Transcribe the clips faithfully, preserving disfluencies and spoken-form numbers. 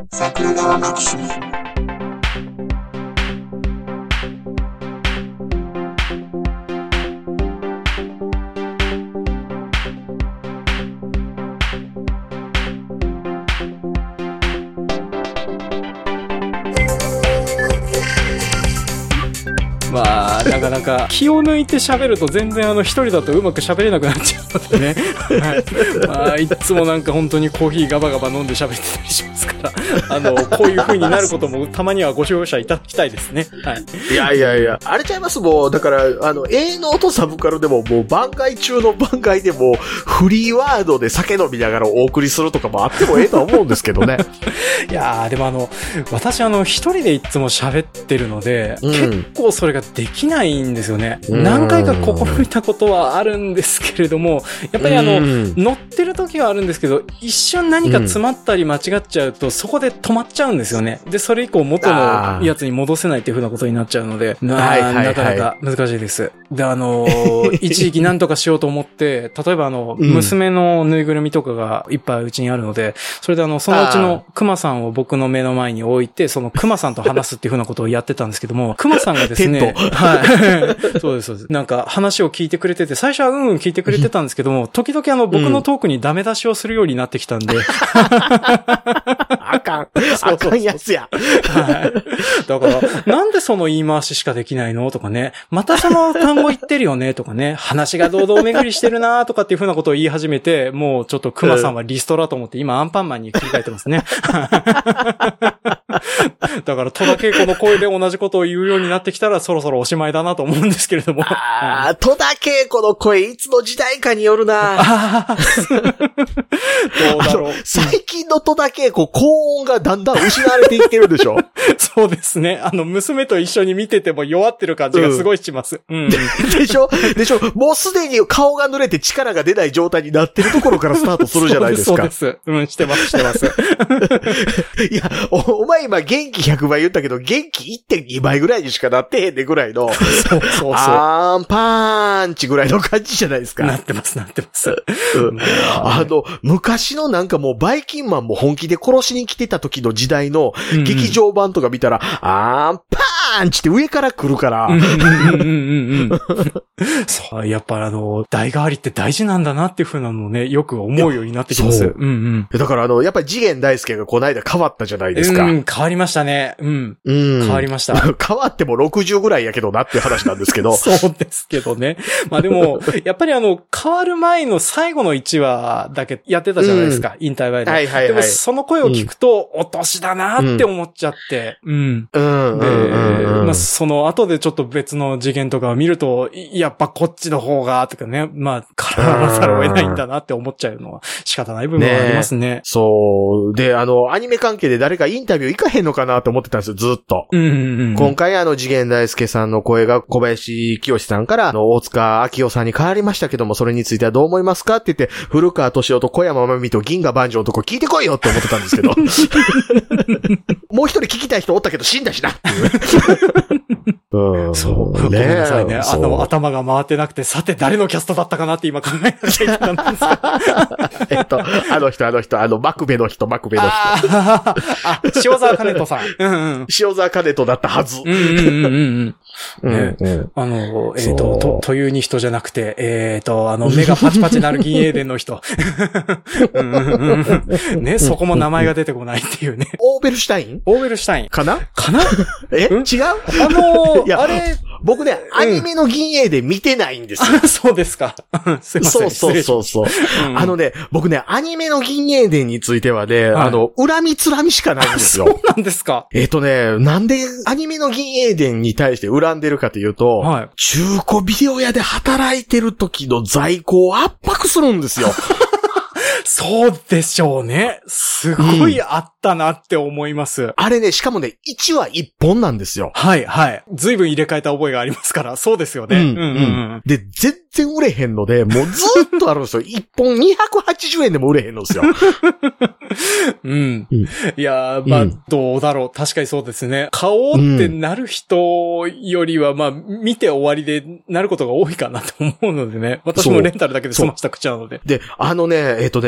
桜川マキシム。 まあなかなか気を抜いて喋ると全然あの一人だとうまく喋れなくなっちゃうのでね、はい、まあいつもなんか本当にコーヒーガバガバ飲んで喋ってたりしますからあのこういう風になることもたまにはご容赦いただきたいですね。はい。 いやいやいや、あれちゃいますもうだからあの営農とサブカルでももう番外中の番外でもフリーワードで酒飲みながらお送りするとかもあってもええとは思うんですけどね。 いやーでもあの私あの一人でいつも喋ってるので、うん、結構それができないんですよね。何回か試みたことはあるんですけれども、やっぱりあの乗ってる時はあるんですけど、一瞬何か詰まったり間違っちゃうとそこで止まっちゃうんですよね。でそれ以降元のやつに戻せないっていう風なことになっちゃうので、な, なかなか難しいです。であの一時期何とかしようと思って例えばあの、うん、娘のぬいぐるみとかがいっぱいうちにあるので、それであのそのうちのクマさんを僕の目の前に置いてそのクマさんと話すっていう風なことをやってたんですけども、クマさんがですねはい。そうです、そうです。なんか話を聞いてくれてて、最初はうんうん聞いてくれてたんですけども、時々あの僕のトークにダメ出しをするようになってきたんで。 あかん。あかんやつや。 はい。だから、なんでその言い回ししかできないのとかね、またその単語言ってるよねとかね、話が堂々巡りしてるなとかっていう風なことを言い始めて、もうちょっとクマさんはリストラと思って今アンパンマンに切り替えてますね。だから戸田恵子の声で同じことを言うようになってきたらそろそろおしまいだなと思うんですけれども。 ああ、戸田恵子の声いつの時代かによるな。あどうだろう。最近の戸田恵子高音がだんだん失われていってるでしょ。 そうですね。あの娘と一緒に見てても弱ってる感じがすごいします。うん。うん、 でしょでしょもうすでに顔が濡れて力が出ない状態になってるところからスタートするじゃないですか。 そうです。そうです。うん、してます、してます。 いやお、お前今元気ひゃくばい言ったけど、元気 いってんに 倍ぐらいにしかなってへんねぐらいの、そうそうそう。アンパンチぐらいの感じじゃないですか。 なってます、なってます。 うん、あの、昔のなんかもうバイキンマンも本気で殺しに来てた時の時代の劇場版とか見たら、うんうん、アンパンチって上から来るから。 そう、やっぱあの、代替わりって大事なんだなっていう風なのをね、よく思うようになってきます。うんうん、 だからあの、やっぱり次元大介がこの間変わったじゃないですか。 うん、変わりましたね。うん。うん、変わりました。 変わってもろくじゅうぐらいやけどなっていう話なんですけど。 そうですけどね。まあでも、やっぱりあの、変わる前の最後のいちわだけやってたじゃないですか。うん、引退前で。はいはいはい。でもその声を聞くと、お年だなって思っちゃって。うん。うん。で、うん、まあその後でちょっと別の次元とかを見ると、やっぱこっちの方が、とかね、まあ、絡まざるを得ないんだなって思っちゃうのは仕方ない部分はありますね。ねそう。で、あの、アニメ関係で誰かインタビュー行かへんのかなと思ってたんですよ、ずっと。うんうんうん、今回あの、次元大介さんの声が小林清さんから、あの、大塚明夫さんに変わりましたけども、それについてはどう思いますかって言って、古川敏夫と小山真美と銀河万丈のとこ聞いてこいよって思ってたんですけど。もう一人聞きたい人おったけど死んだしなっていう。 うん、そう。ごめんなさいね。あの、頭が回ってなくて、さて誰のキャストだったかなって今考えなきゃいけないんですか。 えっと、あの人、あの人、あの、マクベの人、マクベの人。 ああ、塩沢兼人さん。うんうん。 塩沢兼人だったはず。 うんうんうんうん。ね、うん、あの、えっ、ー、と、と、というに人じゃなくて、えっ、ー、と、あの、目がパチパチなる銀英伝の人。うんうんうん、ね、そこも名前が出てこないっていうね。 オーベルシュタインオーベルシュタイン。 かなかなえ、うん、違うあのー、いや、あれ、 僕ね、アニメの銀英伝見てないんですよ。 うん、そうですか。すいません。 そうそうそうそう、うん。あのね、僕ね、アニメの銀英伝についてはね、はい、あの、恨みつらみしかないんですよ。 そうなんですか。 えっ、ー、とね、なんでアニメの銀英伝に対して恨んでるかというと、はい、中古ビデオ屋で働いてる時の在庫を圧迫するんですよ。 そうでしょうね。すごいあったなって思います。うん、 あれね、しかもね、いちわいっぽんなんですよ。 はい、はい。随分入れ替えた覚えがありますから、そうですよね。うん、うん、うん。 で、全然売れへんので、もうずっとあるんですよ。いっぽんにひゃくはちじゅうえんでも売れへんのですよ。 うん。うん、いやー、まあ、うん、どうだろう。確かにそうですね。買おうってなる人よりは、まあ、見て終わりでなることが多いかなと思うのでね。私もレンタルだけで済ました口なので。 で、あのね、えっとね、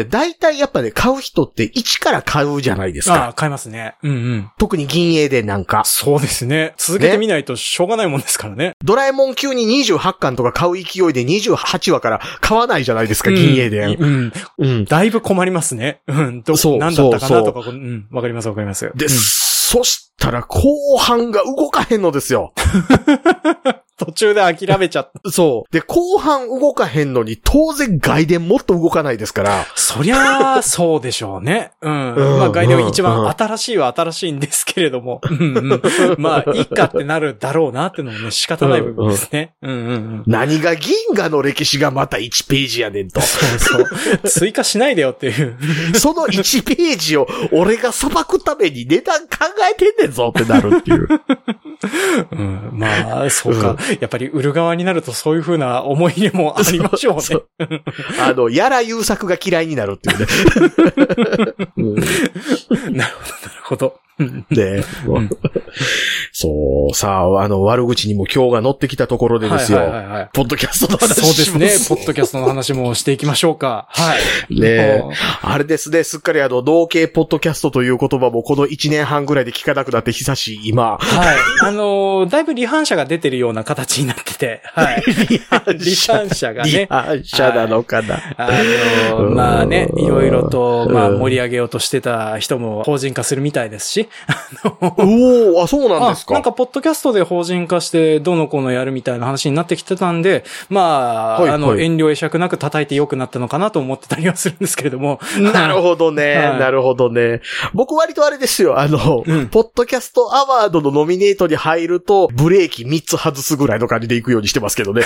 ね、大体やっぱね、買う人って一から買うじゃないですか。 ああ、買いますね。うんうん。 特に銀英でなんか。 そうですね。続けてみないとしょうがないもんですからね。ねドラえもん級ににじゅうはちかんとか買う勢いでにじゅうはちわから買わないじゃないですか、うん、銀英伝。 うん。うん。だいぶ困りますね。うん。ど、そう。なんだったかなとか、うん。わかりますわかります。 で、うん、そしたら後半が動かへんのですよ。 途中で諦めちゃった。 そう。で、後半動かへんのに、当然外伝もっと動かないですから。 そりゃあ、そうでしょうね。うん。うん、まあ外伝は一番新しいは新しいんですけれども。うんうん、まあ、いいかってなるだろうなってのもね、仕方ない部分ですね。うんうんうん、 何が銀河の歴史がまたいちページやねんと。 そうそう。追加しないでよっていう。 そのいちページを俺が裁くために値段考えてんねんぞってなるっていう。 うん、まあ、そうか。うんやっぱり売る側になるとそういう風な思い入れもありましょうね。そうそうあの、やら優作が嫌いになるっていうね。うん、 なるほど、なるほど。 で、うん、そう、さあ、あの、悪口にも今日が乗ってきたところでですよ。はいはいはいはい、ポッドキャストの話そうですね。ポッドキャストの話もしていきましょうか。はい。 ねあれですね、すっかりあの、同系ポッドキャストという言葉もこのいちねんはんぐらいで聞かなくなって久しい今。 はい。あのー、だいぶ離反者が出てるような形になってて。はい。離反者がね。 離反者なのかな。はい、 あのー、まあね、いろいろと、まあ盛り上げようとしてた人も法人化するみたいですし。 おー、あ、そうなんですか。 なんか、ポッドキャストで法人化して、どうのこうのやるみたいな話になってきてたんで、まあ、はいはい、あの、遠慮会釈なく叩いて良くなったのかなと思ってたりはするんですけれども。 なるほどね、はい、なるほどね。僕割とあれですよ、あの、うん、ポッドキャストアワードのノミネートに入ると、ブレーキみっつ外すぐらいの感じで行くようにしてますけどね。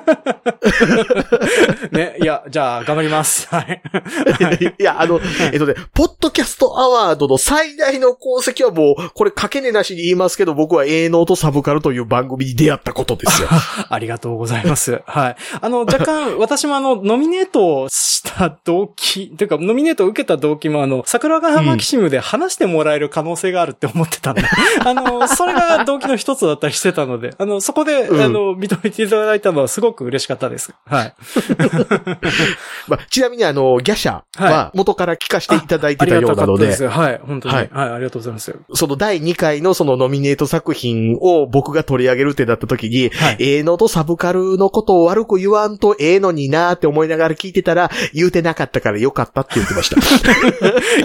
ね、いや、じゃあ、頑張ります。はい。 いや、あの、えっとね、ポッドキャストアワードの最大の功績はもう、これかけねなしに言いますけど、僕は営農とサブカルという番組に出会ったことですよ。 ありがとうございます。はい。あの、若干、私もあの、ノミネートした動機、というか、ノミネートを受けた動機もあの、桜ヶ浜キシムで話してもらえる可能性があるって思ってたんで、うん、あの、それが動機の一つだったりしてたので、あの、そこで、うん、あの、認めていただいたのはすごく嬉しかったです。はい。 まあ、ちなみにあの、ギャシャは元から聞かせていただいてたようなので、 はい、本当に、はい。はい、ありがとうございます。 そのだいにかいのそのノミネート作品を僕が取り上げるってなった時に、はい、ええのとサブカルのことを悪く言わんとええのになーって思いながら聞いてたら、言うてなかったからよかったって言ってました。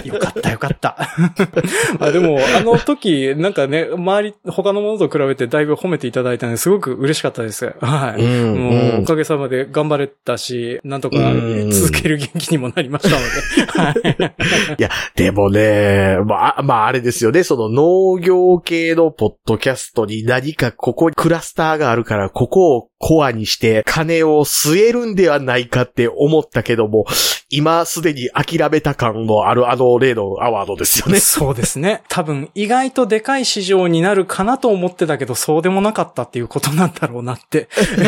よかったよかった。あでも、あの時、なんかね、周り、他のものと比べてだいぶ褒めていただいたのですごく嬉しかったです。はい。うん、もう、うん、おかげさまで頑張れたし、なんとか続ける元気にもなりましたので。はい。 いや、でもね、まあ、まああれですよね、その農業系のポッドキャストに何かここにクラスターがあるからここをコアにして金を据えるんではないかって思ったけども、今すでに諦めた感のあるあの例のアワードですよね。 そうですね。多分意外とでかい市場になるかなと思ってたけど、そうでもなかったっていうことなんだろうなって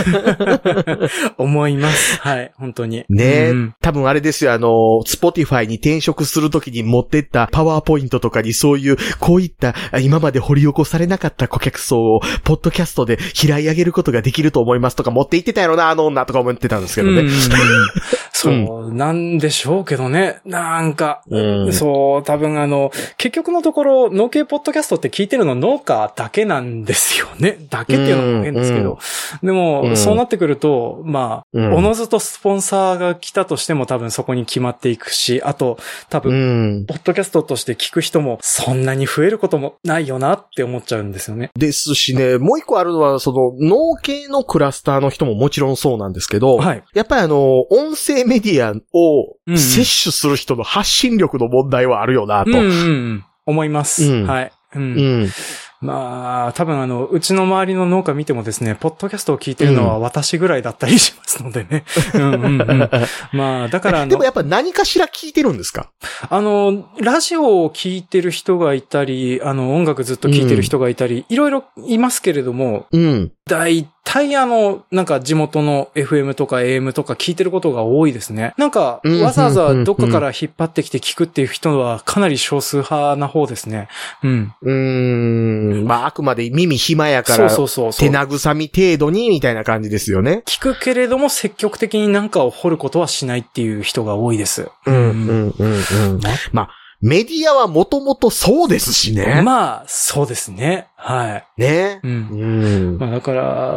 思います。はい、本当に。 ねえ、うん、多分あれですよ、あの、Spotify に転職するときに持ってったパワーポイントとかにそういう、こういった今まで掘り起こされなかった顧客層をポッドキャストで拾い上げることができると思いますとか持って行ってたやろな、あの女とか思ってたんですけどね。うんうん、 そう、なんでしょうけどね。なんか、うん、そう、多分あの、結局のところ、農系ポッドキャストって聞いてるの農家だけなんですよね。だけっていうのも変ですけど。うん、でも、うん、そうなってくると、まあ、うん、おのずとスポンサーが来たとしても多分そこに決まっていくし、あと、多分、うん、ポッドキャストとして聞く人もそんなに増えることもないよなって思っちゃうんですよね。 ですしね、もう一個あるのは、その、農系のクラスターの人ももちろんそうなんですけど、はい、やっぱりあの、音声メディアを摂取する人の発信力の問題はあるよなと。うんうんうん、 思います。うん、はい。うんうんまあ、多分あの、うちの周りの農家見てもですね、ポッドキャストを聞いてるのは私ぐらいだったりしますのでね。うんうんうん、まあ、だからあの。 でもやっぱ何かしら聞いてるんですか？ あの、ラジオを聞いてる人がいたり、あの、音楽ずっと聞いてる人がいたり、うん、いろいろいますけれども、うん。 大体あの、なんか地元の エフエム とか エーエム とか聞いてることが多いですね。なんか、わざわざどっかから引っ張ってきて聞くっていう人はかなり少数派な方ですね。うん。 うーん。まあ、あくまで耳暇やから、そうそうそうそう、手慰み程度にみたいな感じですよね。 聞くけれども積極的に何かを掘ることはしないっていう人が多いです。 うん、うん、うん、うん。まあ、メディアはもともとそうですしね。 まあ、そうですね。はい。 ね。 うん。うん、まあだから、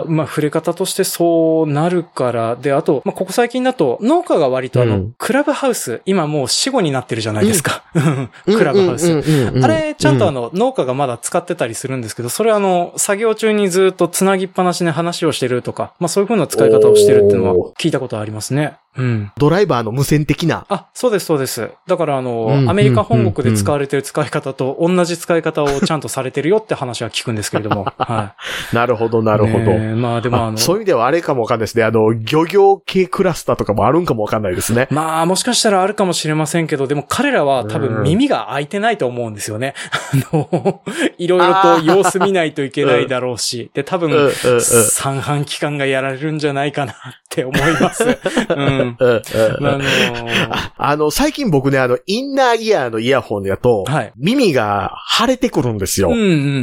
まあ触れ方としてそうなるから、で、あと、まあここ最近だと農家が割とあの、うん、クラブハウス、今もう死後になってるじゃないですか。うん、クラブハウス。あれ、ちゃんとあの、農家がまだ使ってたりするんですけど、それはあの、作業中にずっと繋ぎっぱなしで話をしてるとか、まあそういう風な使い方をしてるっていうのは聞いたことありますね。うん。 ドライバーの無線的な。 あ、そうです、そうです。だからあの、うん、アメリカ本国で使われてる使い方と同じ使い方をちゃんとされてるよって話は聞くんですけれども。はい。 なるほど、なるほど。 まあでもあの。 そういう意味ではあれかもわかんないですね。あの、漁業系クラスターとかもあるんかもわかんないですね。 まあもしかしたらあるかもしれませんけど、でも彼らは多分耳が開いてないと思うんですよね。あの、いろいろと様子見ないといけないだろうし。で、多分、うんうんうん、三半規管がやられるんじゃないかなって思います。うん。 あのー、あ, あの、最近僕ね、あの、インナーイヤーのイヤホンだと、はい、耳が腫れてくるんですよ。 うんうん。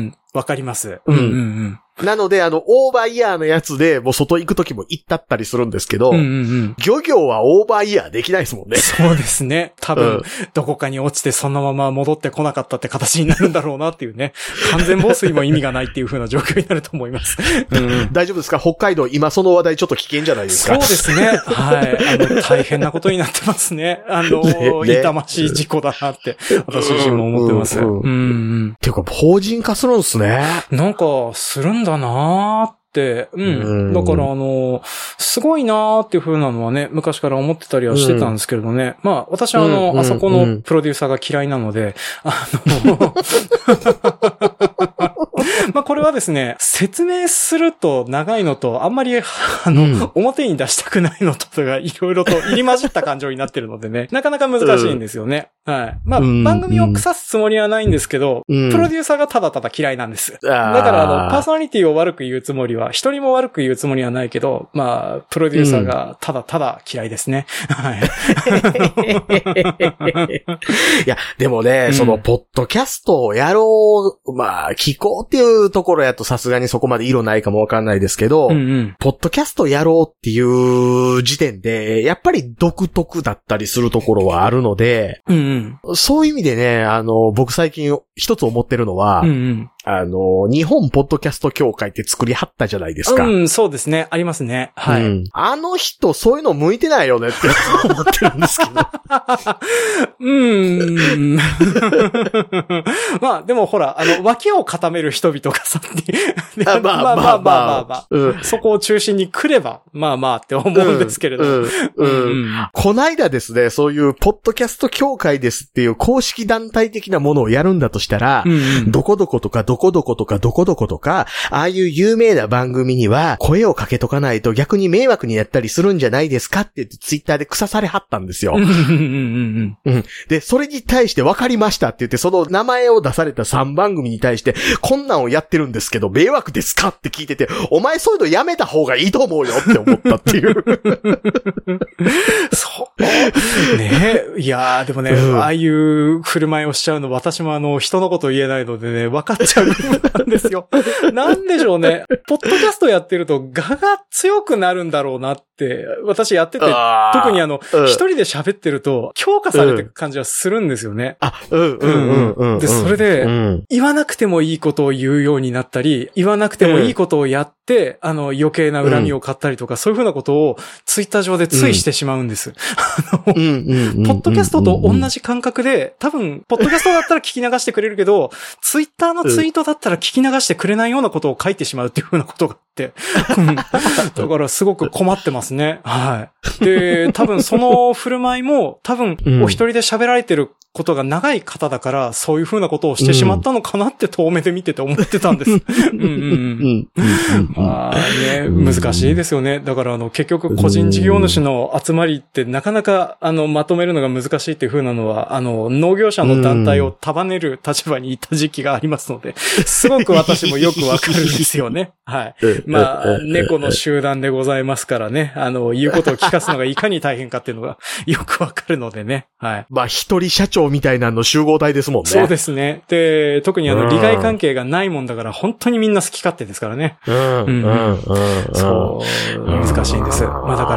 わかります。うんうんうん。 なので、あの、オーバーイヤーのやつで、もう外行くときも行ったったりするんですけど、うんうんうん、漁業はオーバーイヤーできないですもんね。 そうですね。多分、うん、どこかに落ちてそのまま戻ってこなかったって形になるんだろうなっていうね。完全防水も意味がないっていう風な状況になると思います。 うん、大丈夫ですか？北海道、今その話題ちょっと危険じゃないですか？ そうですね。はい。あの、大変なことになってますね。あの、ね、痛ましい事故だなって、私自身も思ってます。うんうんうん。 っていうか、法人化するんすね。 なんか、するんだなーって、うん。だからあの、すごいなーっていう風なのはね、昔から思ってたりはしてたんですけれどね。うん、まあ、私はあの、うん、あそこのプロデューサーが嫌いなので、あの、まあこれはですね、説明すると長いのと、あんまり、あの、うん、表に出したくないのとがいろいろと入り混じった感情になってるのでね、なかなか難しいんですよね。うん、はい。まあ、うん、番組を腐すつもりはないんですけど、うん、プロデューサーがただただ嫌いなんです。だからあの、パーソナリティを悪く言うつもりは、一人も悪く言うつもりはないけど、まあ、プロデューサーがただただ嫌いですね。うん、はい。 いや、でもね、うん、その、ポッドキャストをやろう、まあ、聞こうっていうところやとさすがにそこまで色ないかもわかんないですけど、うんうん、ポッドキャストやろうっていう時点で、やっぱり独特だったりするところはあるので、うんうん、そういう意味でね、あの、僕最近一つ思ってるのは、うんうん、あの、日本ポッドキャスト協会って作りはったじゃないですか。 うん、そうですね。ありますね。はい。うん、 あの人、そういうの向いてないよねって思ってるんですけど。 うーん。まあ、でもほら、あの、脇を固める人々がさ、まあまあまあまあまあまあ、うん、そこを中心に来れば、まあまあって思うんですけれど。うんうんうんうん、こないだですね、そういうポッドキャスト協会ですっていう公式団体的なものをやるんだとしたら、うんうん、どこどことかどこどことかどこどことか、ああいう有名な番組には声をかけとかないと逆に迷惑になったりするんじゃないですかって言ってツイッターで腐されはったんですよ。うん、で、それに対して分かりましたって言って、その名前を出されたさんばんぐみに対して、こんなんをやってるんですけど、迷惑ですかって聞いてて、お前そういうのやめた方がいいと思うよって思ったっていう。 そう。ねえ。いやー、でもね、うん、ああいう振る舞いをしちゃうの、私もあの、人のこと言えないのでね、分かっちゃう部分なんですよ。なんでしょうね。ポッドキャストやってると、我が強くなるんだろうなって、私やってて、特にあの、一、うん、人で喋ってると、強化されてる感じはするんですよね。 あ、うんうんうんうん。 で、それで、うん、言わなくてもいいことを言うようになったり、言わなくてもいいことをやって、うん、あの、余計な恨みを買ったりとか、うん、そういうふうなことを、ツイッター上でついしてしまうんです。あの、ポッドキャストと同じ感覚で、多分、ポッドキャストだったら聞き流してくれるけど、ツイッターのツイートだったら聞き流してくれないようなことを書いてしまうっていうふうなことがあって、だからすごく困ってますね。はい。で、多分その振る舞いも、多分、お一人で喋られてることが長い方だから、そういう風なことをしてしまったのかなって遠目で見てて思ってたんです。うんうんうん。まあね、難しいですよね。だからあの、結局個人事業主の集まりってなかなかあの、まとめるのが難しいっていう風なのは、あの、農業者の団体を束ねる立場にいた時期がありますので、すごく私もよくわかるんですよね。はい。まあ、猫の集団でございますからね。あの、言うことを聞かすのがいかに大変かっていうのがよくわかるのでね。はい。 まあ、一人社長みたいなの集合体ですもんね。 そうですね。で、特にあの、利害関係がないもんだから、本当にみんな好き勝手ですからね。うん。うん。うん。そう、難しいんです。まあだから、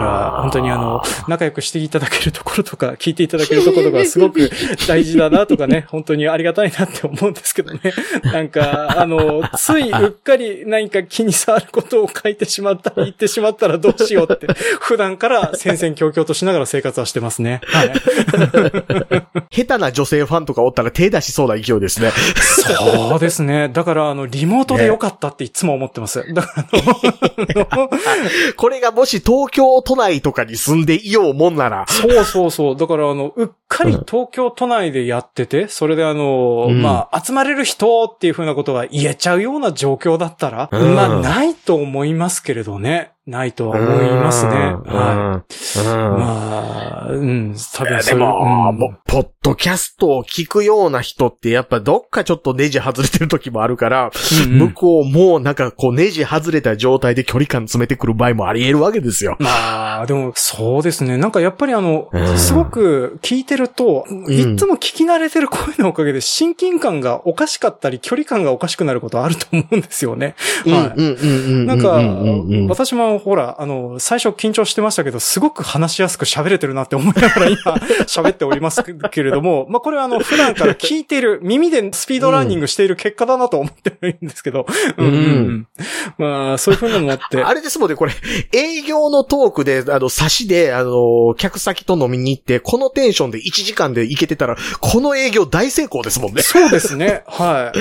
本当にあの、仲良くしていただけるところとか、聞いていただけるところがすごく大事だなとかね、本当にありがたいなって思うんですけどね。なんか、あの、ついうっかり何か気に障ることを書いてしまったり言ってしまったらどうしようって、普段から戦々恐々としながら生活はしてますね。はい。 下手な女性ファンとかおったら手出しそうな勢いですね。 そうですね。だから、あの、リモートでよかったっていつも思ってます。だからあのこれがもし東京都内とかに住んでいようもんなら。 そうそうそう。だから、あの、うっかり東京都内でやってて、それであの、うん、まあ、集まれる人っていう風なことが言えちゃうような状況だったら、うん、まあ、ないと思いますけれどね。ないとは思いますね。はい。まあ、うん、多分それでも、うん、もう、ポッドキャストを聞くような人ってやっぱどっかちょっとネジ外れてる時もあるから、うんうん、向こうもなんかこうネジ外れた状態で距離感詰めてくる場合もあり得るわけですよ。 まあ、でもそうですね。なんかやっぱりあの、うん、すごく聞いてると、いつも聞き慣れてる声のおかげで親近感がおかしかったり、距離感がおかしくなることあると思うんですよね。はい。なんか、私もほら、あの、最初緊張してましたけど、すごく話しやすく喋れてるなって思いながら今喋っておりますけれども、まあこれはあの、普段から聞いている、耳でスピードランニングしている結果だなと思ってるんですけど、うんうんうん、まあそういう風なのもあって。 あれですもんね、これ、営業のトークで、あの、差しで、あの、客先と飲みに行って、このテンションでいちじかんで行けてたら、この営業大成功ですもんね。 そうですね。はい。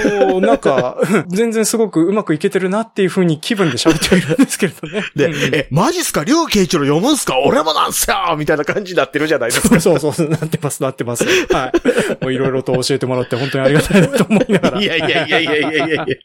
あの、なんか、全然すごくうまくいけてるなっていう風に気分で喋ってはいるんですけれどね。 で、うん、え、マジっすか？竜慶一郎読むんすか？俺もなんすよみたいな感じになってるじゃないですか。 そうそうそう、なってます、なってます。はい。もういろいろと教えてもらって本当にありがたいなと思いながら。 いやいやいやいやいやいやいや。ね、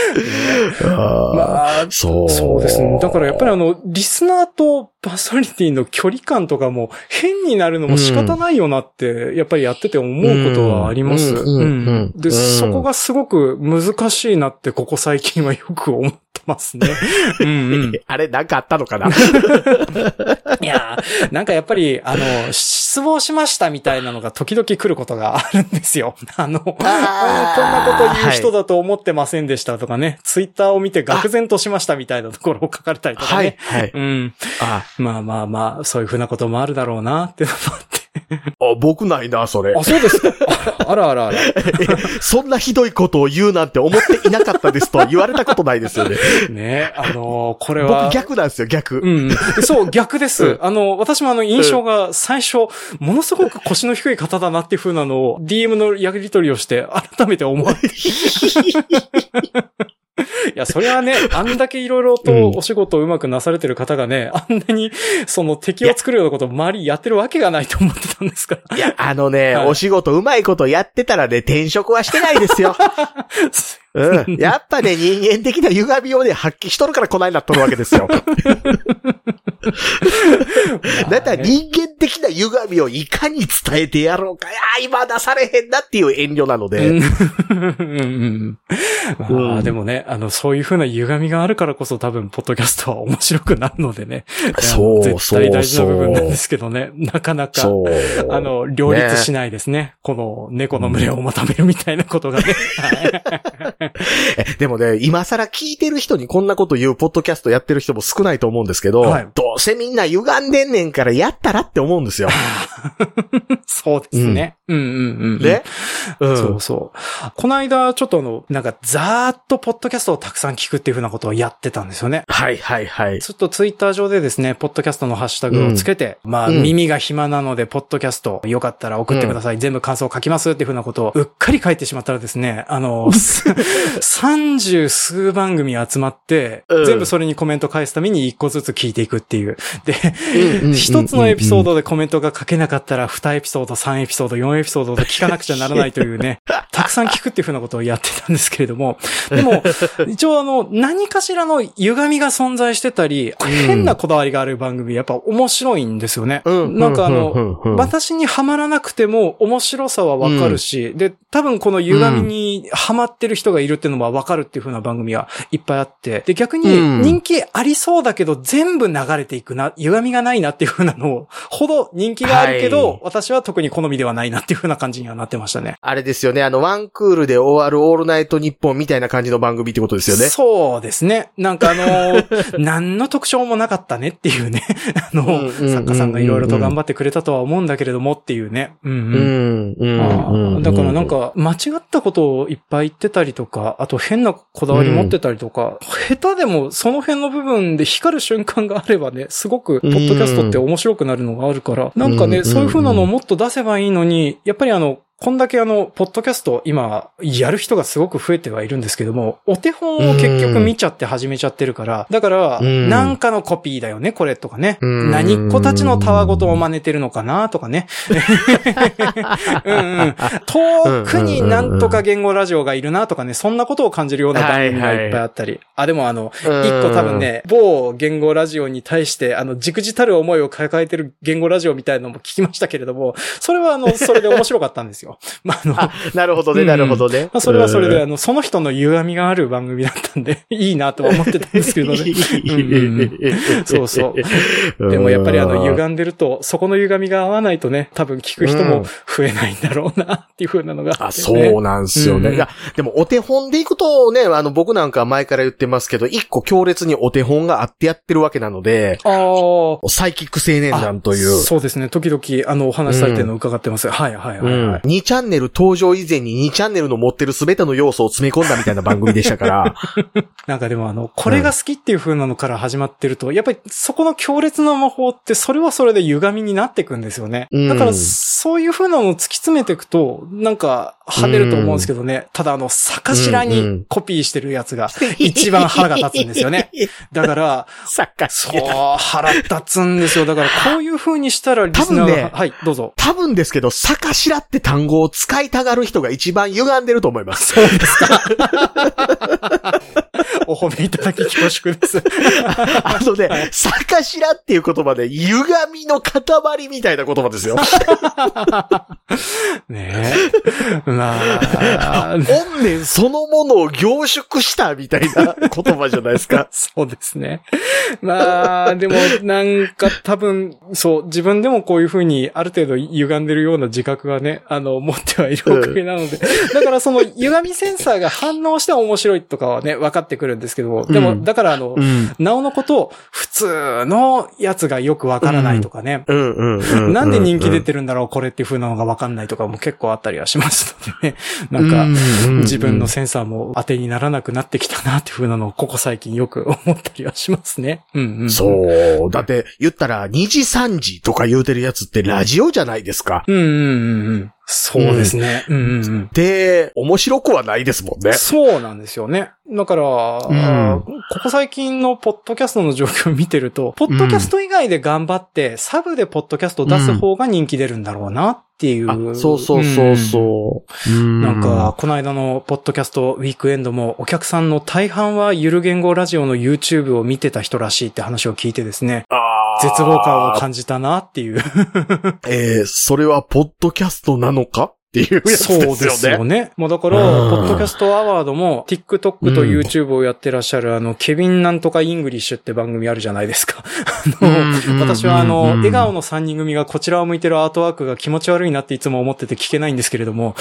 まあ、そう。そうですね。だからやっぱりあの、リスナーとパーソナリティの距離感とかも変になるのも仕方ないよなって、やっぱりやってて思うことはあります。うん。で、そこがすごく難しいなってここ最近はよく思ってますね。うんうん、 あれ、なんかあったのかないやー、なんかやっぱり、あの、失望しましたみたいなのが時々来ることがあるんですよ。あの、あこんなこと言う人だと思ってませんでしたとかね、はい、ツイッターを見て愕然としましたみたいなところを書かれたりとかね。はい、はい。うん。あまあまあまあ、そういうふうなこともあるだろうなってのもあって。 あ、僕ないな、それ。 あ、そうですか。あらあらあら。 そんなひどいことを言うなんて思っていなかったですと言われたことないですよね。 ね、あのー、これは。 僕逆なんですよ、逆。 うん。そう、逆です。うん、あの、私もあの、印象が最初、ものすごく腰の低い方だなっていう風なのを、ディーエム のやり取りをして、改めて思って。いや、それはね、あんだけいろいろとお仕事をうまくなされてる方がね、うん、あんなに、その敵を作るようなことを周りやってるわけがないと思ってたんですから。 いや、あのね、はい、お仕事うまいことやってたらね、転職はしてないですよ。うん。やっぱね、人間的な歪みをね、発揮しとるからこないなっとるわけですよ。だったら人間的な歪みをいかに伝えてやろうか。いや、今出されへんなっていう遠慮なので。うんまあ、でもね、あの、そういう風な歪みがあるからこそ多分、ポッドキャストは面白くなるのでね。そう、絶対大事な部分なんですけどね。なかなか、あの、両立しないですね。ねこの猫の群れをまとめるみたいなことがね。 でもね、今更聞いてる人にこんなこと言うポッドキャストやってる人も少ないと思うんですけど、はい、どうせみんな歪んでんねんからやったらって思うんですよ。 そうですね。うん、うんうんうん。 ね、 うん、そうそう。この間、ちょっとあの、なんか、ざーっとポッドキャストをたくさん聞くっていうふうなことをやってたんですよね。 はいはいはい。 ちょっとツイッター上でですね、ポッドキャストのハッシュタグをつけて、うん、まあ、うん、耳が暇なので、ポッドキャスト、よかったら送ってください。うん、全部感想を書きますっていうふうなことを、うっかり書いてしまったらですね、あの、 三十数番組集まって、うん、全部それにコメント返すために一個ずつ聞いていくっていう。で、一つのエピソードでコメントが書けなかったら、二エピソード、三エピソード、四エピソードで聞かなくちゃならないというね、たくさん聞くっていうふうなことをやってたんですけれども、でも、一応あの、何かしらの歪みが存在してたり、うん、変なこだわりがある番組、やっぱ面白いんですよね。うん、なんかあの、うんうん、私にはまらなくても面白さはわかるし、うん、で、多分この歪みにハマってる人がいるっていうのもわかるっていう風な番組はいっぱいあって、で、逆に人気ありそうだけど全部流れていくな、歪みがないなっていう風なのほど人気があるけど、はい、私は特に好みではないなっていう風な感じにはなってましたね。 あれですよね、あの、ワンクールで終わるオールナイトニッポンみたいな感じの番組ってことですよね。 そうですね。なんかあの、何の特徴もなかったねっていうね、あの、作家さんがいろいろと頑張ってくれたとは思うんだけれどもっていうね。うんうんうん、だからなんか間違ったことをいっぱい言ってたりとか、あと変なこだわり持ってたりとか、うん、下手でもその辺の部分で光る瞬間があればね、すごくポッドキャストって面白くなるのがあるから、なんかね、そういう風なのをもっと出せばいいのに、やっぱりあの、こんだけあの、ポッドキャスト今、やる人がすごく増えてはいるんですけども、お手本を結局見ちゃって始めちゃってるから、だから、なんかのコピーだよね、これとかね。何っ子たちのたわごとを真似てるのかな、とかね。うんうん、遠くになんとか言語ラジオがいるな、とかね、そんなことを感じるような番組がいっぱいあったり。はいはい、あ、でもあの、一個多分ね、某言語ラジオに対して、あの、忸怩たる思いを抱えてる言語ラジオみたいなのも聞きましたけれども、それはあの、それで面白かったんですよ。まあ、あのあ、なるほどね、なるほどね。 まあ、それはそれで、あの、その人の歪みがある番組だったんで、いいなとは思ってたんですけどね。うんうんうん、そうそう。でもやっぱりあの、歪んでると、そこの歪みが合わないとね、多分聞く人も増えないんだろうな、っていう風なのがあって、ね。 あ、そうなんですよね。うん、いや、でもお手本でいくとね、あの、僕なんか前から言ってますけど、一個強烈にお手本があってやってるわけなので、ああ。サイキック青年団という。 そうですね。時々、あの、お話しされてるのを伺ってます。うん、はいはいはい、はい。 にチャンネル登場以前ににチャンネルの持ってるすべての要素を詰め込んだみたいな番組でしたから。 なんかでもあの、これが好きっていう風なのから始まってると、うん、やっぱりそこの強烈な魔法ってそれはそれで歪みになっていくんですよね。うん、だからそういう風なのを突き詰めていくと、なんか跳ねると思うんですけどね。うん、ただあの、逆頭にコピーしてるやつが一番腹が立つんですよね。だから、そう、腹立つんですよ。だからこういう風にしたらリスナーが、ね、はい、どうぞ。 多分ですけど、逆頭って単語を使いたがる人が一番歪んでると思います。 そうですか。お褒めいただき恐縮です。 あのね、はい、逆頭っていう言葉で、歪みの塊みたいな言葉ですよ。 ねえ。まあ。 怨念そのものを凝縮したみたいな言葉じゃないですか。 そうですね。まあ、でもなんか多分、そう、自分でもこういうふうにある程度歪んでるような自覚がね、あの、持ってはいるおかげなので。うん、だからその歪みセンサーが反応して面白いとかはね、分かってくるんですけども、でも、だからあの、うん、なおのこと、普通のやつがよく分からないとかね、なんで人気出てるんだろう、これっていう風なのが分かんないとかも結構あったりはしますのでね、なんか、自分のセンサーも当てにならなくなってきたなっていう風なのを、ここ最近よく思ったりはしますね。うんうん、 そう。だって、言ったら、にじさんじとか言うてるやつってラジオじゃないですか。 うんうんうんうん。そうですね。うんうんうん、 で、面白くはないですもんね。 そうなんですよね。だから、うん、ここ最近のポッドキャストの状況を見てると、ポッドキャスト以外で頑張って、うん、サブでポッドキャストを出す方が人気出るんだろうなっていう。 うん、あ、そうそうそうそう。 うん、なんか、この間のポッドキャストウィークエンドもお客さんの大半はゆる言語ラジオの YouTube を見てた人らしいって話を聞いてですね。絶望感を感じたなっていう。 えー、それはポッドキャストなのかっていうやつですよね。 そうですよね。もうだから、ポッドキャストアワードも TikTok と YouTube をやってらっしゃるあの、ケビンなんとかイングリッシュって番組あるじゃないですか。あの、私はあの、笑顔のさんにん組がこちらを向いてるアートワークが気持ち悪いなっていつも思ってて聞けないんですけれども。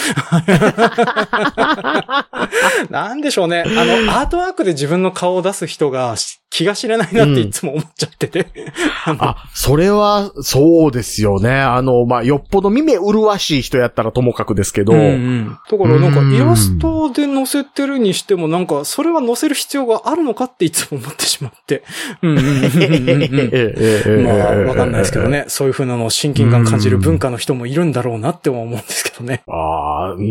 なんでしょうね。あの、アートワークで自分の顔を出す人が気が知れないなっていつも思っちゃってて。 うん、あ, あ、それは、そうですよね。あの、まあ、よっぽど耳麗しい人やったらともか覚ですけど。 うんうん、だからなんかイラストで載せてるにしてもなんかそれは載せる必要があるのかっていつも思ってしまって。うんうんうんうん、まあわかんないですけどね。そういう風なのを親近感感じる文化の人もいるんだろうなって思うんですけどね。 ああ、うん。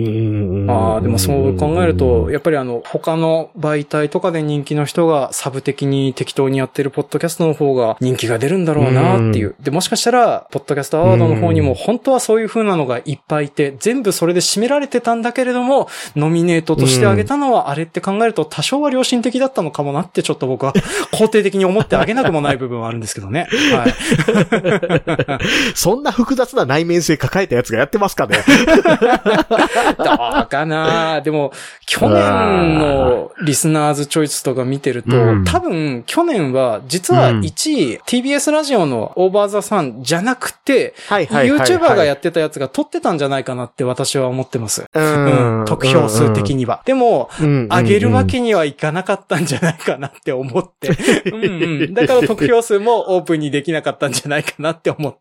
ああ、でもそう考えると、やっぱりあの他の媒体とかで人気の人がサブ的に適当にやってるポッドキャストの方が人気が出るんだろうなっていう。で、もしかしたら、ポッドキャストアワードの方にも本当はそういう風なのがいっぱいいて、全部それで占められてたんだけれども、ノミネートとしてあげたのはあれって考えると多少は良心的だったのかもなってちょっと僕は肯定的に思ってあげなくもない部分はあるんですけどね。はい。 そんな複雑な内面性抱えたやつがやってますかね。 どうかな。でも、去年のリスナーズチョイスとか見てると、うん、多分去年は実はいちい、うん、ティービーエス ラジオのオーバーザさんじゃなくて、はいはいはいはい、YouTuber がやってたやつが撮ってたんじゃないかなって私は思ってます。うん、うん、得票数的には。うん、でも、うん、上げるわけにはいかなかったんじゃないかなって思って。うんうん、だから得票数もオープンにできなかったんじゃないかなって思って。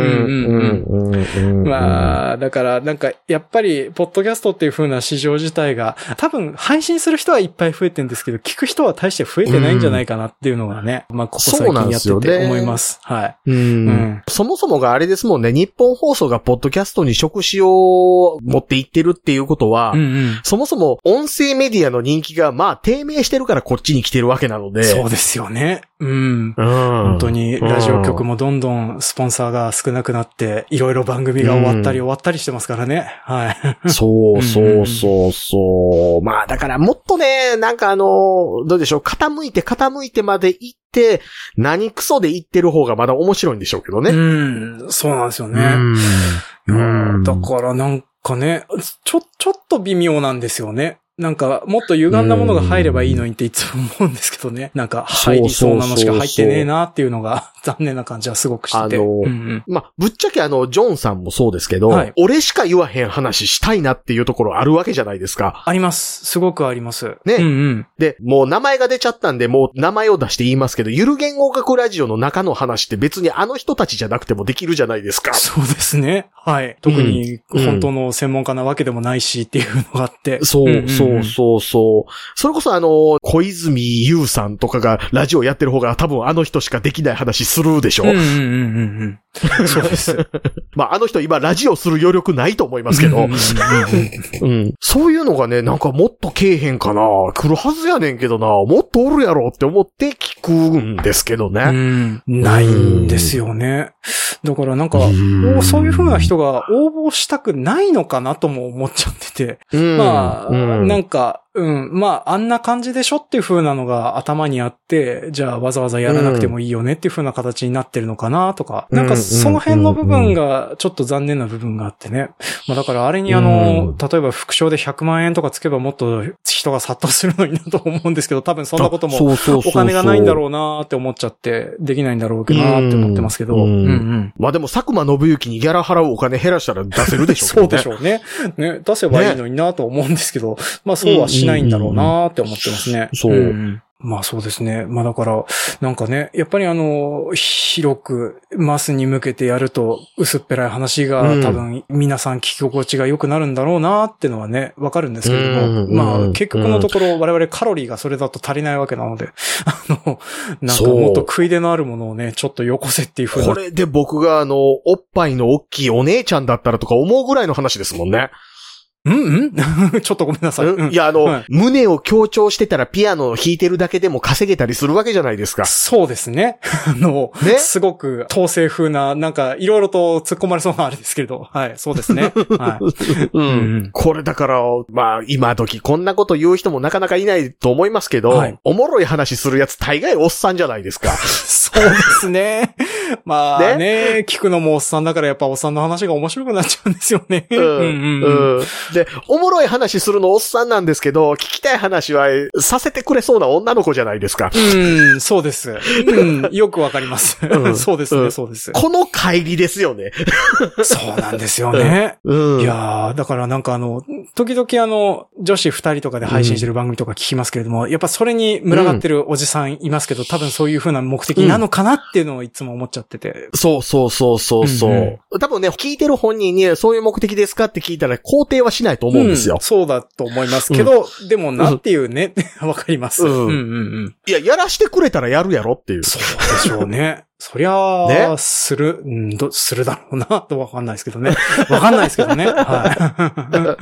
まあ、だからなんかやっぱり、ポッドキャストっていう風な市場自体が、多分配信する人はいっぱい増えてるんですけど、聞く人は大して増えてないんじゃないかなっていうのがね、うん、まあここ最近やってて思います。はい、うんうん。 そもそもがあれですもんね、日本放送がポッドキャストに触手を持っていってるっていうことは、うんうん、そもそも音声メディアの人気がまあ低迷してるからこっちに来てるわけなので。 そうですよね。うん。うん、本当にラジオ局もどんどんスポンサーが少なくなって、いろいろ番組が終わったり終わったりしてますからね。はい。 そうそうそうそう。まあだからもっとね、なんかあの、どうでしょう、傾いて傾いてまで行って、何クソで言ってる方がまだ面白いんでしょうけどね。 うん、そうなんですよね。うん、だからなんかね、ちょ、ちょっと微妙なんですよね。なんか、もっと歪んだものが入ればいいのにっていつも思うんですけどね。なんか、入りそうなのしか入ってねえなっていうのが残念な感じはすごくしてて。あの、うんうん、 まあ、ぶっちゃけあの、ジョンさんもそうですけど、はい、俺しか言わへん話したいなっていうところあるわけじゃないですか。 あります。すごくあります。 ね。うんうん、で、もう名前が出ちゃったんで、もう名前を出して言いますけど、ゆる言語学ラジオの中の話って別にあの人たちじゃなくてもできるじゃないですか。 そうですね。はい。特に本当の専門家なわけでもないしっていうのがあって。 うん、そう、うんうん、そうそうそう。それこそあの、小泉優さんとかがラジオやってる方が多分あの人しかできない話するでしょ。うんうんうんうん。そうです。 まああの人今ラジオする余力ないと思いますけど。うん。そういうのがね、なんかもっとけえへんかな。来るはずやねんけどな。もっとおるやろって思って聞くんですけどね。うん。 ないんですよね。だからなんか、そういう風な人が応募したくないのかなとも思っちゃってて。うん、まあ、うん、なんか、うん。まあ、あんな感じでしょっていう風なのが頭にあって、じゃあわざわざやらなくてもいいよねっていう風な形になってるのかなとか、うん、なんかその辺の部分がちょっと残念な部分があってね。まあだからあれにあの、うん、例えば副賞でひゃくまんえんとかつけばもっと人が殺到するのになと思うんですけど、多分そんなこともお金がないんだろうなって思っちゃってできないんだろうけどなって思ってますけど。うんうんうん、 まあでも佐久間信之にギャラ払うお金減らしたら出せるでしょうね。 そうでしょうね。ね、出せばいいのになと思うんですけど、ね、まあそうはしないんだろうなって思ってますね。 そう。うん、 まあそうですね。まあだから、なんかね、やっぱりあの、広くマスに向けてやると薄っぺらい話が多分皆さん聞き心地が良くなるんだろうなってのはね、わかるんですけれども、うん、まあ結局のところ我々カロリーがそれだと足りないわけなので、あの、なんかもっと食い出のあるものをね、ちょっとよこせっていう風な。 これで僕があの、おっぱいの大きいお姉ちゃんだったらとか思うぐらいの話ですもんね。 うんうんちょっとごめんなさい。うん、 いや、あの、はい、胸を強調してたらピアノを弾いてるだけでも稼げたりするわけじゃないですか。 そうですね。あの、ね、すごく統制風な、なんか、いろいろと突っ込まれそうなあれですけれど。はい、そうですね。はい。 うん。これだから、まあ、今時こんなこと言う人もなかなかいないと思いますけど、はい、おもろい話するやつ大概おっさんじゃないですか。 そうですね。まあね、ね、聞くのもおっさんだからやっぱおっさんの話が面白くなっちゃうんですよね。うんうんうん。 で、おもろい話するのおっさんなんですけど、聞きたい話はさせてくれそうな女の子じゃないですか。 うん、そうです。うん、よくわかります。うん、そうですね、うん、そうです。 この乖離ですよね。 そうなんですよね。うん、いやー、だからなんかあの、時々あの、女子二人とかで配信してる番組とか聞きますけれども、うん、やっぱそれに群がってるおじさんいますけど、多分そういう風な目的なのかなっていうのをいつも思っちゃってて。 うん、そうそうそうそうそう、うんうん。多分ね、聞いてる本人にそういう目的ですかって聞いたら肯定はしないと思うんですよ。 うん、そうだと思いますけど、うん、でもなっていうね、わ、うん、かります、うんうんうん。 いや、やらしてくれたらやるやろっていう。 そうでしょうね。そりゃあ、ね、する、んど、するだろうな、とわかんないですけどね。わかんないですけどね。はい。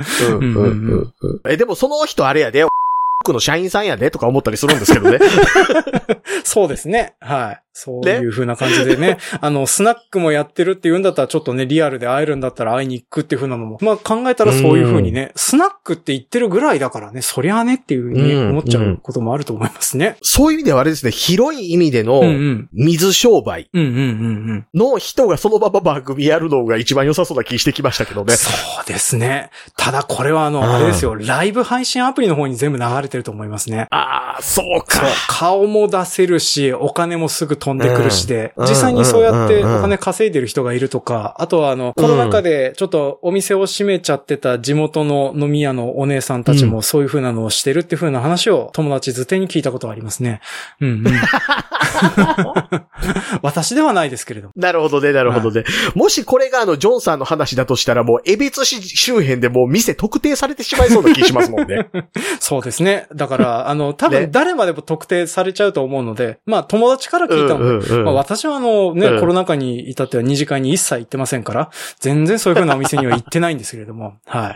え、でもその人あれやで、の社員さんやでとか思ったりするんですけどね。 そうですね。はい。そういう風な感じでね。あの、スナックもやってるっていうんだったらちょっとね、リアルで会えるんだったら会いに行くっていう風なのも。まあ考えたらそういう風にね、スナックって言ってるぐらいだからね、そりゃあねっていう風に思っちゃうこともあると思いますね。 そういう意味ではあれですね、広い意味での水商売の人がそのまま番組やるのが一番良さそうな気してきましたけどね。 そうですね。ただこれはあの、あれですよ、ライブ配信アプリの方に全部流れてると思いますね。 ああ、そうか。そう。 顔も出せるし、お金もすぐ飛んでくるしで、うん、実際にそうやってお金稼いでる人がいるとか、あとはあの、コロナ禍でちょっとお店を閉めちゃってた地元の飲み屋のお姉さんたちもそういう風なのをしてるっていう風な話を友達づてに聞いたことがありますね。うんうん。私ではないですけれども。 なるほどね、なるほどね。はい、もしこれがあの、ジョンさんの話だとしたらもう、江別市周辺でもう店特定されてしまいそうな気しますもんね。 そうですね。だから、あの、多分誰までも特定されちゃうと思うので、ね、まあ友達から聞いたので、うんうんうん、まあ、私はあのね、うん、コロナ禍に至っては二次会に一切行ってませんから、全然そういう風なお店には行ってないんですけれども、はい。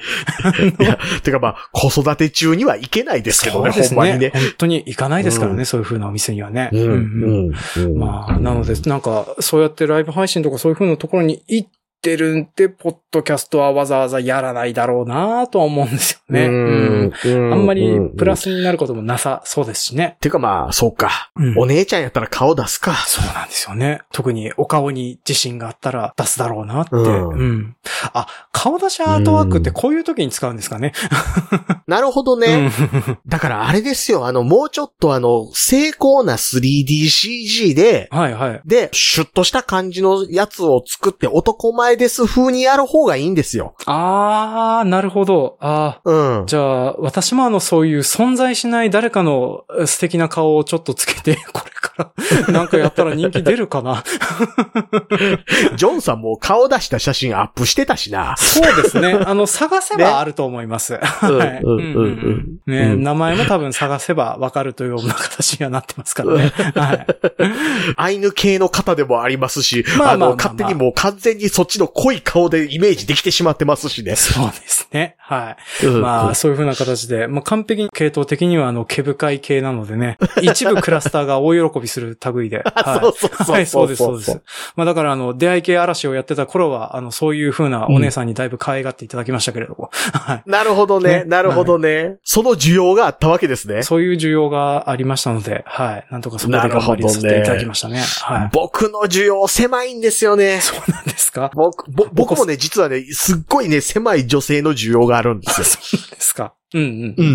いや、てかまあ、子育て中には行けないですけどね、 そうですね、 ほんまにね。 本当に行かないですからね、うん、そういう風なお店にはね。うんうんうん、まあ、なので、なんか、そうやってライブ配信とかそういう風なところに行ってるんで、ポッドキャストはわざわざやらないだろうなとは思うんですよね。うんうん、あんまりプラスになることもなさそうですしね。 てかまあ、そうか、うん。お姉ちゃんやったら顔出すか。 そうなんですよね。特にお顔に自信があったら出すだろうなって。うん。うん、あ、顔出しアートワークってこういう時に使うんですかね。 なるほどね。だからあれですよ、あの、もうちょっとあの、精巧な スリーディーシージー で、 はいはい。 で、シュッとした感じのやつを作って男前です風にやる方がいいんですよ。 あー、なるほど。あー、うん。じゃあ、私もあの、そういう存在しない誰かの素敵な顔をちょっとつけて、これからなんかやったら人気出るかな。 ジョンさんも顔出した写真アップしてたしな。 そうですね。あの、探せばあると思います。ね、はい。うんうんうんね、うん、名前も多分探せばわかるというような形にはなってますからね。はい。 アイヌ系の方でもありますし、まあまあまあまあ、あの、勝手にもう完全にそっちの濃い顔でイメージできてしまってますしね。 そうですね。はい。うん、まあ、そういう風な形で、まあ完璧に系統的にはあの、毛深い系なのでね、一部クラスターが大喜びする類で。 はい、そうそうそうそう。 はい、そうです、そうです。まあだからあの、出会い系嵐をやってた頃は、あの、そういう風なお姉さんにだいぶ可愛がっていただきましたけれども。 うん、はい。なるほどね、ねなるほどね、はい。その需要があったわけですね。 そういう需要がありましたので、はい。なんとかそこで頑張りさせていただきましたね。はい。 僕の需要狭いんですよね。 そうなんですか？ 僕、ぼ僕もね、実はね、すっごいね、狭い女性の需要があるんですよ。 そうなんですか。うんうん。 うんうん。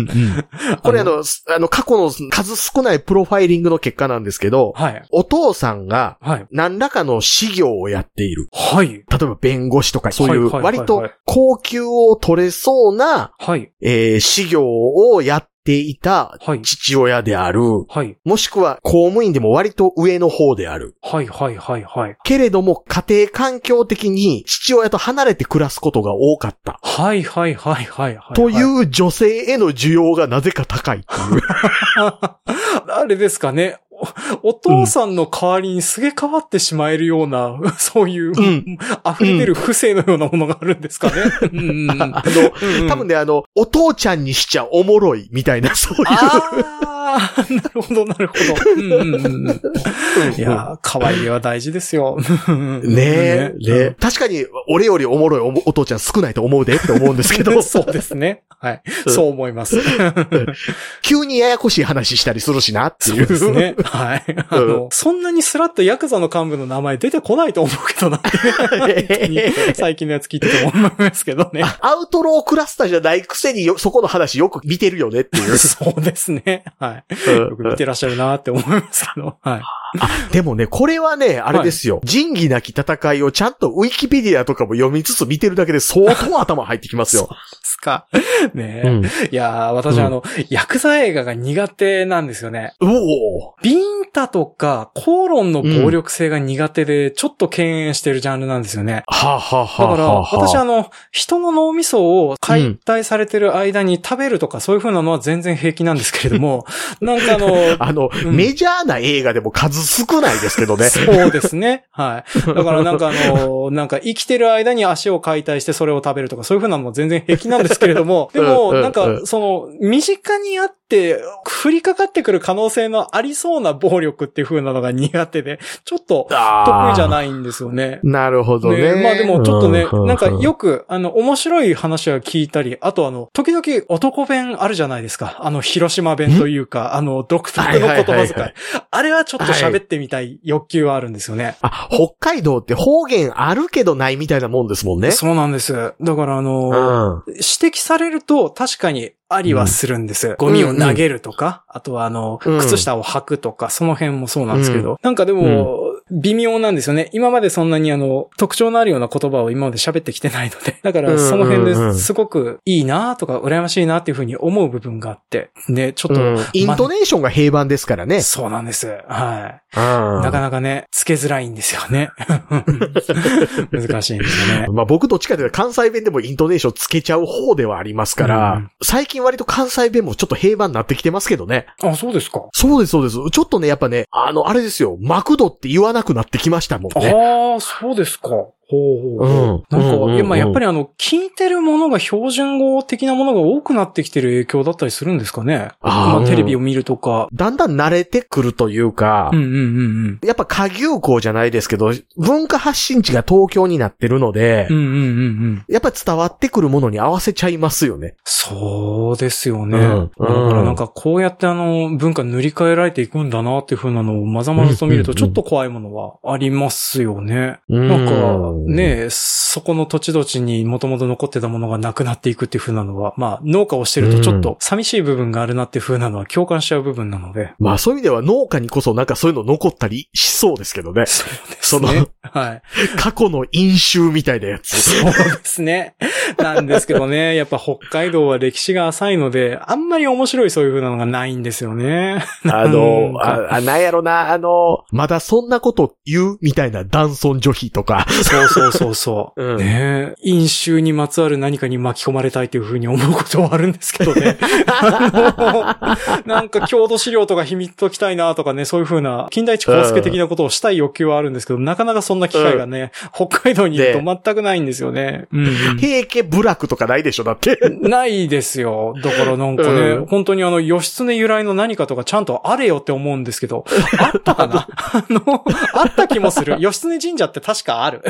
これあの、あの、過去の数少ないプロファイリングの結果なんですけど、 はい。 お父さんが、何らかの事業をやっている。 はい。 例えば弁護士とか、そういう割と高級を取れそうな、 はい。 えー、事業をやっていた父親である。 はい。 もしくは公務員でも割と上の方である。 はいはいはいはい。 けれども家庭環境的に父親と離れて暮らすことが多かった。 はいはいはいはいはい。 という女性への需要がなぜか高いっていう。 あれですかね。お父さんの代わりにすげ替わってしまえるような、うん、そういう、うん、溢れ出る不正のようなものがあるんですかね。うんうん、 あの、うんうん、多分ね、あの、お父ちゃんにしちゃおもろいみたいな、そういう。 あああ、なるほど、なるほど。うんうんうん、いやー、可愛いは大事ですよ。 ねえ、ねえ。確かに、俺よりおもろい お, お父ちゃん少ないと思うでって思うんですけど。 そうですね。はい。そう思います。 急にややこしい話したりするしなっていう。 そうですね。はい。あの、うん、そんなにスラッとヤクザの幹部の名前出てこないと思うけどなってね。最近のやつ聞いてても思いますけどね。 アウトロークラスターじゃないくせによそこの話よく見てるよねっていう。 そうですね。はい。よく見てらっしゃるなって思いますけど。はい。 あ、でもね、これはね、あれですよ。はい、仁義なき戦いをちゃんとウィキペディアとかも読みつつ見てるだけで相当頭入ってきますよ。 そうですか。ねえ。うん、いやー、私、うん、あの、ヤクザ映画が苦手なんですよね。 おお。 ビンタとか口論の暴力性が苦手で、ちょっと敬遠してるジャンルなんですよね。 はあ、はあはあ、 だから、私あの、人の脳みそを解体されてる間に食べるとかそういう風なのは全然平気なんですけれども、なんかあの、 あの、うん、メジャーな映画でも数少ないですけどね。 そうですね。はい。だからなんかあの、なんか生きてる間に足を解体してそれを食べるとかそういう風なのも全然平気なんですけれども、でも、なんか、その、身近にあって、降りかかってくる可能性のありそうな暴力っていう風なのが苦手で、ちょっと得意じゃないんですよね。 なるほどね。 ね、まあでもちょっとね、なんかよく、あの、面白い話は聞いたり、あとあの、時々男弁あるじゃないですか。あの、広島弁というか、あの、独特の言葉遣い。あれはちょっと喋ってみたい欲求はあるんですよね。 あ、北海道って方言あるけどないみたいなもんですもんね。 そうなんです。だからあの、うん、指摘されると確かにありはするんです。うん、ゴミを投げるとか、うん、あとはあの、うん、靴下を履くとか、その辺もそうなんですけど、うん、なんかでも、うん、微妙なんですよね。今までそんなにあの、特徴のあるような言葉を今まで喋ってきてないので。だからその辺ですごくいいなとか、羨ましいなっていうふうに思う部分があって。ね、ちょっと、うん。 イントネーションが平板ですからね。 そうなんです。はい。なかなかね、つけづらいんですよね。難しいんですよね。 まあ僕どっちかというと関西弁でもイントネーションつけちゃう方ではありますから、うん、最近割と関西弁もちょっと平板になってきてますけどね。 あ、そうですか。 そうです、そうです。ちょっとね、やっぱね、あの、あれですよ、マクドって言わなくなってきましたもんね。 ああ、そうですか。ほうほう。うん。なんか、うんうんうん、まあ、やっぱりあの、聞いてるものが標準語的なものが多くなってきてる影響だったりするんですかね。あまあ、テレビを見るとか。 だんだん慣れてくるというか、 うんうんうんうん、 やっぱ下牛校じゃないですけど、文化発信地が東京になってるので、 うんうんうんうん、 やっぱ伝わってくるものに合わせちゃいますよね。 そうですよね。うんうん、だからなんかこうやってあの、文化塗り替えられていくんだなっていう風なのをまざまざと見るとちょっと怖いものはありますよね。うんうんうん、なんか、ねえ、そこの土地土地にもともと残ってたものがなくなっていくっていう風なのは、まあ農家をしてるとちょっと寂しい部分があるなっていう風なのは共感しちゃう部分なので。 まあそういう意味では農家にこそなんかそういうの残ったりしそうですけどね。 そうですね。その、はい。 過去の飲酒みたいなやつ。 そうですね。なんですけどね、やっぱ北海道は歴史が浅いので、あんまり面白いそういう風なのがないんですよね。 あの、あ、なんやろな、あの、まだそんなこと言うみたいな男尊女卑とか。 そうそうそうそう。うん、ねえ、飲酒にまつわる何かに巻き込まれたいというふうに思うことはあるんですけどね。あの、なんか郷土資料とか秘密ときたいなとかね、そういうふうな近代一光介的なことをしたい欲求はあるんですけど、なかなかそんな機会がね、うん、北海道にいると全くないんですよね。うんうん、 平家部落とかないでしょ、だって。 ないですよ。だからなんかね、うん、本当にあの、義経由来の何かとかちゃんとあれよって思うんですけど、あったかなあの、あった気もする。義経神社って確かある。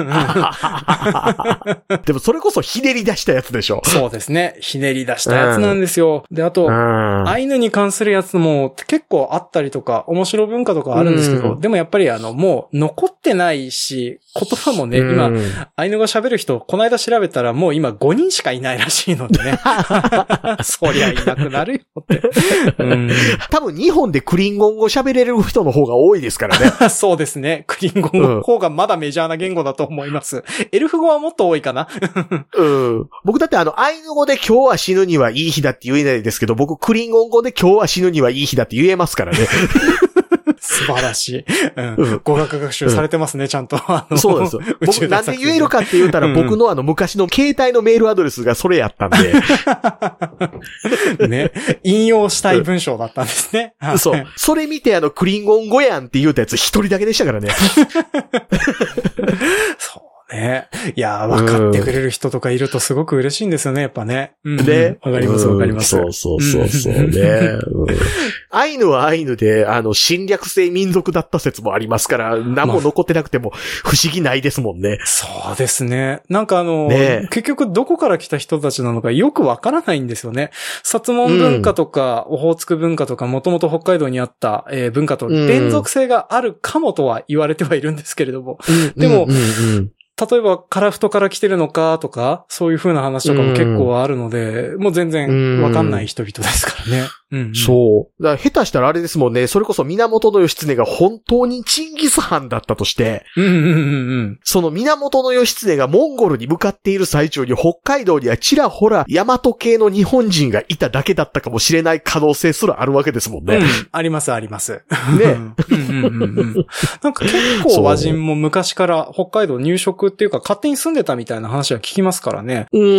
でもそれこそひねり出したやつでしょ。 そうですね。ひねり出したやつなんですよ。うん、で、あと、アイヌに関するやつも結構あったりとか、面白文化とかあるんですけど、うん、でもやっぱりあの、もう残ってないし、言葉もね、うん、今、アイヌ語喋る人、この間調べたらもう今ごにんしかいないらしいのでね。そりゃいなくなるよって。うん、 多分日本でクリンゴン語喋れる人の方が多いですからね。 そうですね。クリンゴン語の方がまだメジャーな言語だと思います。エルフ語はもっと多いかな。 うん。僕だってあの、アイヌ語で今日は死ぬにはいい日だって言えないですけど、僕クリンゴン語で今日は死ぬにはいい日だって言えますからね。 素晴らしい。うん。うん、語学学習されてますね、うん、ちゃんと。あのそうです。僕なんで言えるかって言ったら、うん、僕のあの昔の携帯のメールアドレスがそれやったんで。 ね。引用したい文章だったんですね。 うん、そう。それ見てあの、クリンゴン語やんって言うたやつ一人だけでしたからね。 そう。 ね。いやー、分かってくれる人とかいるとすごく嬉しいんですよね、やっぱね。 うん、で、 わかります、わかります。 そうそうそうそうね、うん。アイヌはアイヌで、あの、侵略性民族だった説もありますから、何も残ってなくても不思議ないですもんね。 まあ、そうですね。なんかあの、ね、結局どこから来た人たちなのかよくわからないんですよね。薩門文化とか、うん、オホーツク文化とか、もともと北海道にあった、えー、文化と連続性があるかもとは言われてはいるんですけれども。うん、でも、うんうんうん例えば、カラフトから来てるのかとか、そういう風な話とかも結構あるので、うん、もう全然わかんない人々ですからね。うんうん、 そう。だから下手したらあれですもんね、それこそ源義経が本当にチンギスハンだったとして、 うんうんうんうん、 その源義経がモンゴルに向かっている最中に北海道にはちらほら大和系の日本人がいただけだったかもしれない可能性すらあるわけですもんね。 うん、ありますあります。 ね。 うんうんうんうん、なんか結構和人も昔から北海道入植っていうか勝手に住んでたみたいな話は聞きますからね。 うん。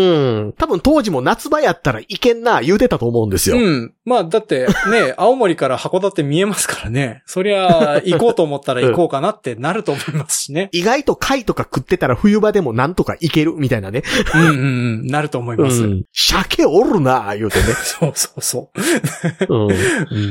多分当時も夏場やったらいけんな言うてたと思うんですよ。 うん。まあだってね、青森から函館見えますからね。そりゃ行こうと思ったら行こうかなってなると思いますしね。 意外と貝とか食ってたら冬場でもなんとか行けるみたいなね。 うんうんうん。なると思います。うん、 鮭おるな言うてね。 そうそうそう。うん。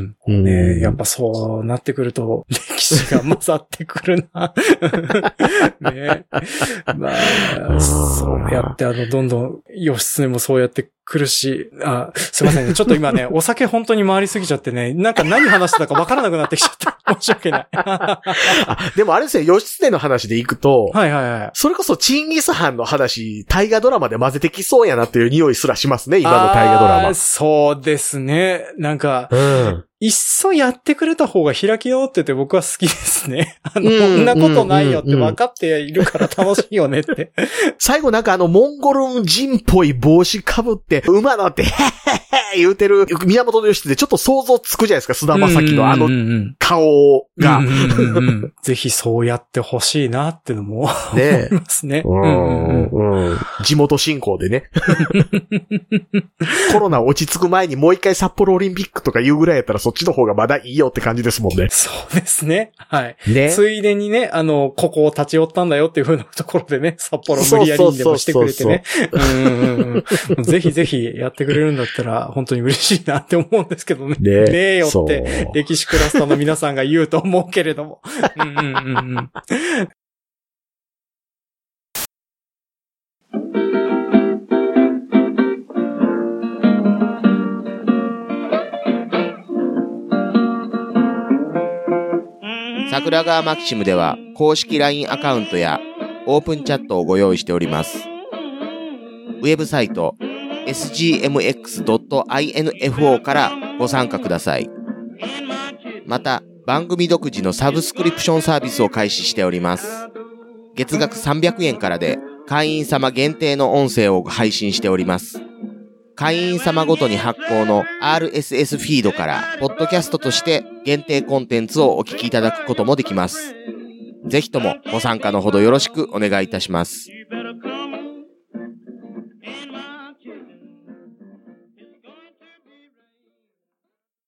うん。ねやっぱそうなってくると歴史が混ざってくるな。ねまあ、そうやってあの、どんどん義経もそうやって来るし、あ、すいませんね。ちょっと今ね、お酒本当に回りすぎちゃってね、なんか何話してたか分からなくなってきちゃった。申し訳ない。 あでもあれですよ、義経の話でいくと、 はいはいはい。 それこそチンギスハンの話、大河ドラマで混ぜてきそうやなっていう匂いすらしますね、今の大河ドラマ。 そうですね。なんか、 うん。 いっそやってくれた方が開き直ってて僕は好きですね。あの、こんなことないよって分かっているから楽しいよねって。 最後なんかあの、モンゴル人っぽい帽子かぶって、馬乗って、へへへ言うてる、源義経でちょっと想像つくじゃないですか、菅田将暉のあの顔が。 ぜひそうやってほしいなってのもね思いますね。 うんうん、地元振興でね。コロナ落ち着く前にもう一回札幌オリンピックとか言うぐらいやったらそっちの方がまだいいよって感じですもんね。 そうですね。はい。 ね。 ついでにね、あの、ここを立ち寄ったんだよっていう風なところでね、札幌無理やりにでもしてくれてね。ぜひぜひやってくれるんだったら本当に嬉しいなって思うんですけどね。ね, ねえよって歴史クラスターの皆さんが言うと思うけれども。うんうんうんうん桜川マキシムでは公式 ライン アカウントやオープンチャットをご用意しております。ウェブサイト エスジーエムエックスドットアイエヌエフオー からご参加ください。また番組独自のサブスクリプションサービスを開始しております。月額さんびゃくえんからで会員様限定の音声を配信しております。会員様ごとに発行の アールエスエス フィードからポッドキャストとして限定コンテンツをお聞きいただくこともできます。ぜひともご参加のほどよろしくお願いいたします。